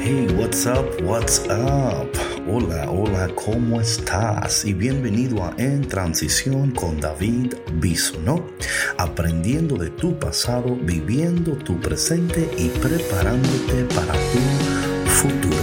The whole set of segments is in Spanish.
Hey, what's up, what's up? Hola, hola, ¿cómo estás? Y bienvenido a En Transición con David Bisonó, aprendiendo de tu pasado, viviendo tu presente y preparándote para tu futuro.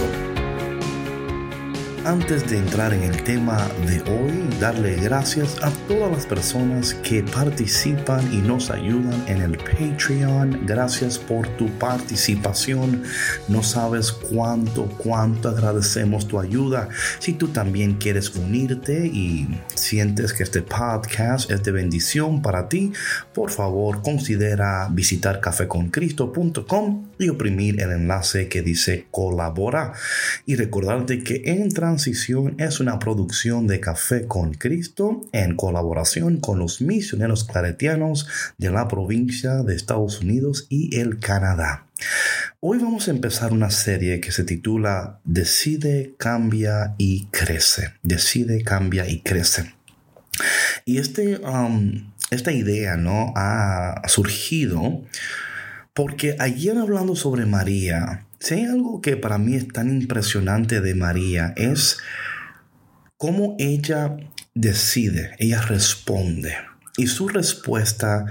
Antes de entrar en el tema de hoy, darle gracias a todas las personas que participan y nos ayudan en el Patreon. Gracias por tu participación. No sabes cuánto agradecemos tu ayuda. Si tú también quieres unirte y sientes que este podcast es de bendición para ti, por favor considera visitar cafeconcristo.com y oprimir el enlace que dice colabora. Y recordarte que En Transición es una producción de Café con Cristo en colaboración con los misioneros claretianos de la provincia de Estados Unidos y el Canadá. Hoy vamos a empezar una serie que se titula Decide, Cambia y Crece. Decide, Cambia y Crece. Y esta idea, ¿no?, ha surgido porque ayer, hablando sobre María, si hay algo que para mí es tan impresionante de María, es cómo ella decide, ella responde. Y su respuesta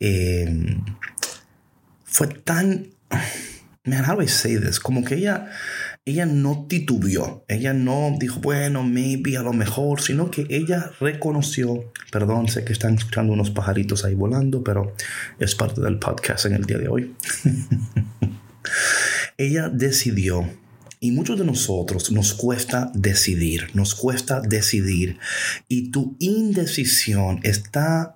fue tan, how do I say this? Como que ella no titubeó, ella no dijo, bueno, maybe, a lo mejor, sino que ella reconoció, perdón, sé que están escuchando unos pajaritos ahí volando, pero es parte del podcast en el día de hoy. Ella decidió, y muchos de nosotros nos cuesta decidir, y tu indecisión está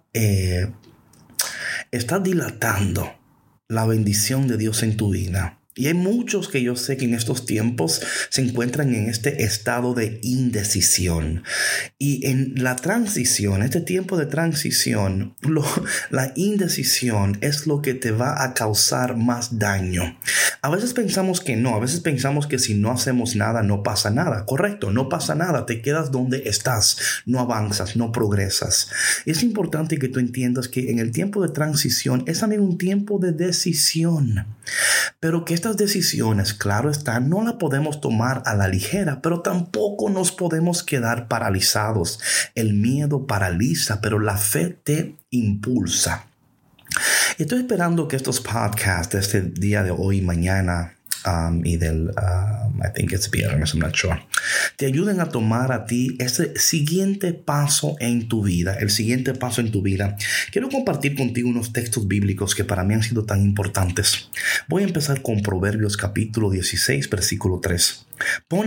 dilatando la bendición de Dios en tu vida. Y hay muchos que yo sé que en estos tiempos se encuentran en este estado de indecisión. Y en la transición, este tiempo de transición, la indecisión es lo que te va a causar más daño. A veces pensamos que no, a veces pensamos que si no hacemos nada, no pasa nada. Correcto, no pasa nada, te quedas donde estás, no avanzas, no progresas. Es importante que tú entiendas que en el tiempo de transición es también un tiempo de decisión. Pero que estas decisiones, claro está, no las podemos tomar a la ligera, pero tampoco nos podemos quedar paralizados. El miedo paraliza, pero la fe te impulsa. Estoy esperando que estos podcasts de este día de hoy y mañana y del, I think it's viernes, I'm not sure, te ayuden a tomar a ti ese siguiente paso en tu vida, Quiero compartir contigo unos textos bíblicos que para mí han sido tan importantes. Voy a empezar con Proverbios capítulo 16, versículo 3. Pon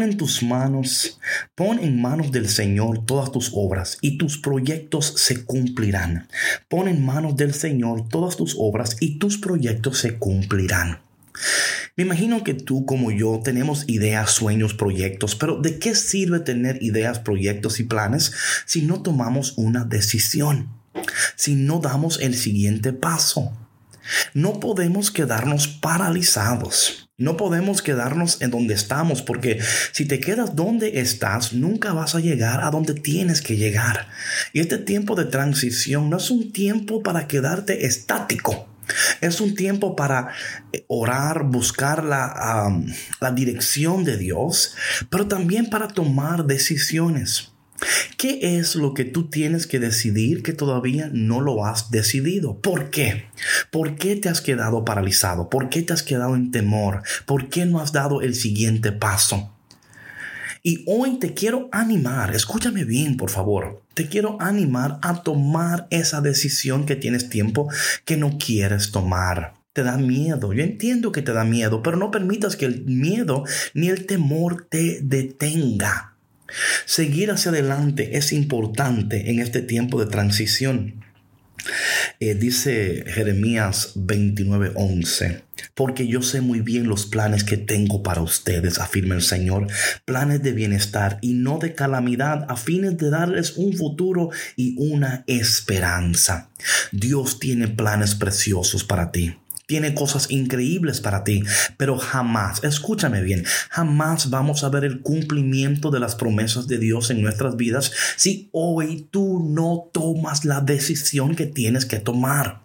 en manos del Señor todas tus obras y tus proyectos se cumplirán. Pon en manos del Señor todas tus obras y tus proyectos se cumplirán. Me imagino que tú como yo tenemos ideas, sueños, proyectos, pero ¿de qué sirve tener ideas, proyectos y planes si no tomamos una decisión? Si no damos el siguiente paso. No podemos quedarnos paralizados. No podemos quedarnos en donde estamos, porque si te quedas donde estás, nunca vas a llegar a donde tienes que llegar. Y este tiempo de transición no es un tiempo para quedarte estático. Es un tiempo para orar, buscar la dirección de Dios, pero también para tomar decisiones. ¿Qué es lo que tú tienes que decidir que todavía no lo has decidido? ¿Por qué? ¿Por qué te has quedado paralizado? ¿Por qué te has quedado en temor? ¿Por qué no has dado el siguiente paso? Y hoy te quiero animar, escúchame bien, por favor. Te quiero animar a tomar esa decisión que tienes tiempo que no quieres tomar. Te da miedo. Yo entiendo que te da miedo, pero no permitas que el miedo ni el temor te detenga. Seguir hacia adelante es importante en este tiempo de transición. Dice Jeremías 29:11, porque yo sé muy bien los planes que tengo para ustedes, afirma el Señor, planes de bienestar y no de calamidad, a fines de darles un futuro y una esperanza. Dios tiene planes preciosos para ti. Tiene cosas increíbles para ti, pero jamás, escúchame bien, jamás vamos a ver el cumplimiento de las promesas de Dios en nuestras vidas si hoy tú no tomas la decisión que tienes que tomar.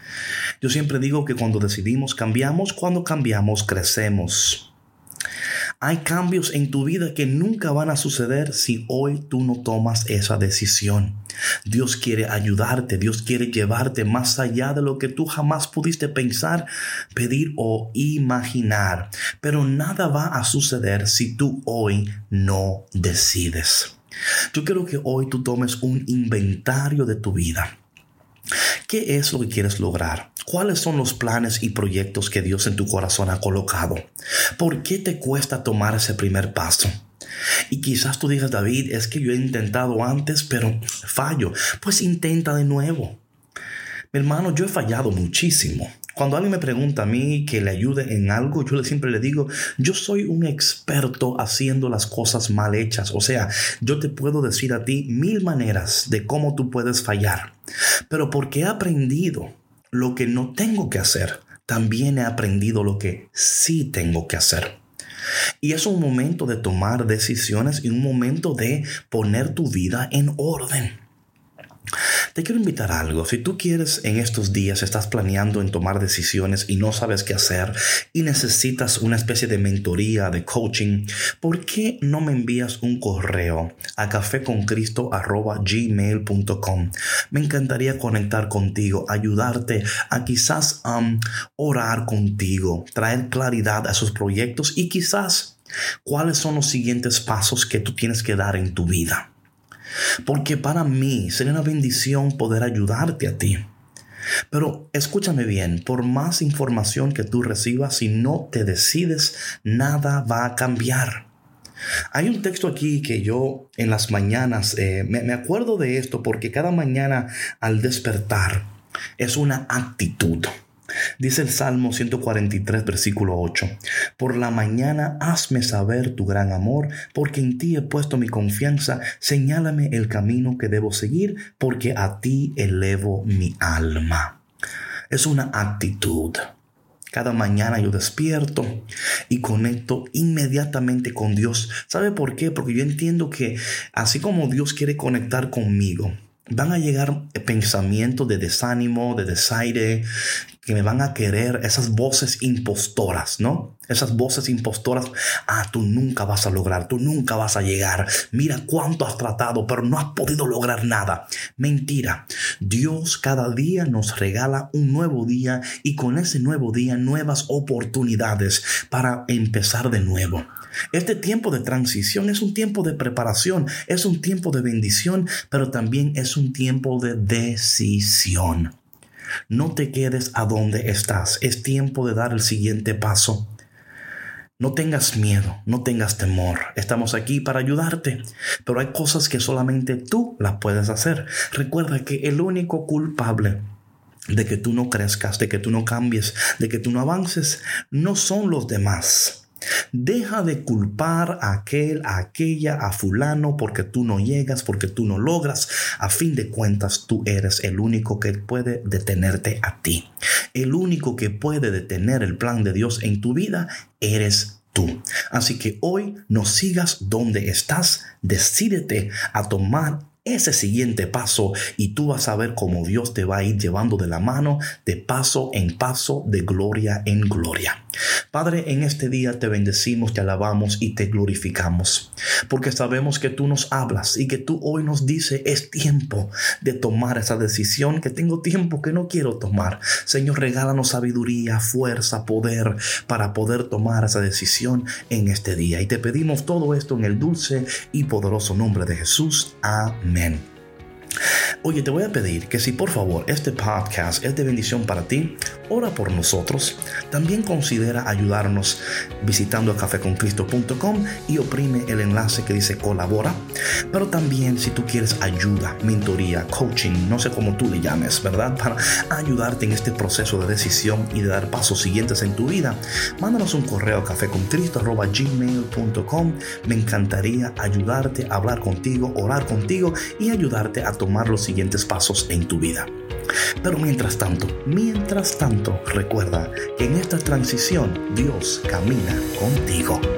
Yo siempre digo que cuando decidimos cambiamos, cuando cambiamos crecemos. Hay cambios en tu vida que nunca van a suceder si hoy tú no tomas esa decisión. Dios quiere ayudarte, Dios quiere llevarte más allá de lo que tú jamás pudiste pensar, pedir o imaginar. Pero nada va a suceder si tú hoy no decides. Yo quiero que hoy tú tomes un inventario de tu vida. ¿Qué es lo que quieres lograr? ¿Cuáles son los planes y proyectos que Dios en tu corazón ha colocado? ¿Por qué te cuesta tomar ese primer paso? Y quizás tú digas, David, es que yo he intentado antes, pero fallo. Pues intenta de nuevo. Mi hermano, yo he fallado muchísimo. Cuando alguien me pregunta a mí que le ayude en algo, yo siempre le digo, yo soy un experto haciendo las cosas mal hechas. O sea, yo te puedo decir a ti 1000 maneras de cómo tú puedes fallar. Pero porque he aprendido lo que no tengo que hacer, también he aprendido lo que sí tengo que hacer. Y es un momento de tomar decisiones y un momento de poner tu vida en orden. Te quiero invitar a algo. Si tú quieres en estos días, estás planeando en tomar decisiones y no sabes qué hacer y necesitas una especie de mentoría, de coaching, ¿por qué no me envías un correo a cafeconcristo@gmail.com? Me encantaría conectar contigo, ayudarte a quizás orar contigo, traer claridad a esos proyectos y quizás cuáles son los siguientes pasos que tú tienes que dar en tu vida. Porque para mí sería una bendición poder ayudarte a ti. Pero escúchame bien, por más información que tú recibas, si no te decides, nada va a cambiar. Hay un texto aquí que yo en las mañanas, me acuerdo de esto porque cada mañana al despertar es una actitud. Dice el Salmo 143, versículo 8. Por la mañana hazme saber tu gran amor, porque en ti he puesto mi confianza. Señálame el camino que debo seguir, porque a ti elevo mi alma. Es una actitud. Cada mañana yo despierto y conecto inmediatamente con Dios. ¿Sabe por qué? Porque yo entiendo que así como Dios quiere conectar conmigo, van a llegar pensamientos de desánimo, de desaire, que me van a querer, esas voces impostoras, ¿no? Esas voces impostoras, tú nunca vas a lograr, tú nunca vas a llegar. Mira cuánto has tratado, pero no has podido lograr nada. Mentira. Dios cada día nos regala un nuevo día y con ese nuevo día nuevas oportunidades para empezar de nuevo. Este tiempo de transición es un tiempo de preparación, es un tiempo de bendición, pero también es un tiempo de decisión. No te quedes a donde estás. Es tiempo de dar el siguiente paso. No tengas miedo, no tengas temor. Estamos aquí para ayudarte, pero hay cosas que solamente tú las puedes hacer. Recuerda que el único culpable de que tú no crezcas, de que tú no cambies, de que tú no avances, no son los demás. Deja de culpar a aquel, a aquella, a fulano porque tú no llegas, porque tú no logras. A fin de cuentas, tú eres el único que puede detenerte a ti. El único que puede detener el plan de Dios en tu vida eres tú. Así que hoy no sigas donde estás. Decídete a tomar ese siguiente paso y tú vas a ver cómo Dios te va a ir llevando de la mano, de paso en paso, de gloria en gloria. Padre, en este día te bendecimos, te alabamos y te glorificamos, porque sabemos que tú nos hablas y que tú hoy nos dices, es tiempo de tomar esa decisión que tengo tiempo que no quiero tomar. Señor, regálanos sabiduría, fuerza, poder para poder tomar esa decisión en este día. Y te pedimos todo esto en el dulce y poderoso nombre de Jesús. Amén. Oye, te voy a pedir que si por favor este podcast es de bendición para ti, ora por nosotros. También considera ayudarnos visitando a cafeconcristo.com y oprime el enlace que dice colabora. Pero también si tú quieres ayuda, mentoría, coaching, no sé cómo tú le llames, ¿verdad? Para ayudarte en este proceso de decisión y de dar pasos siguientes en tu vida, mándanos un correo a cafeconcristo@gmail.com. Me encantaría ayudarte, hablar contigo, orar contigo y ayudarte a tomar los siguientes pasos en tu vida. Pero mientras tanto, recuerda que en esta transición Dios camina contigo.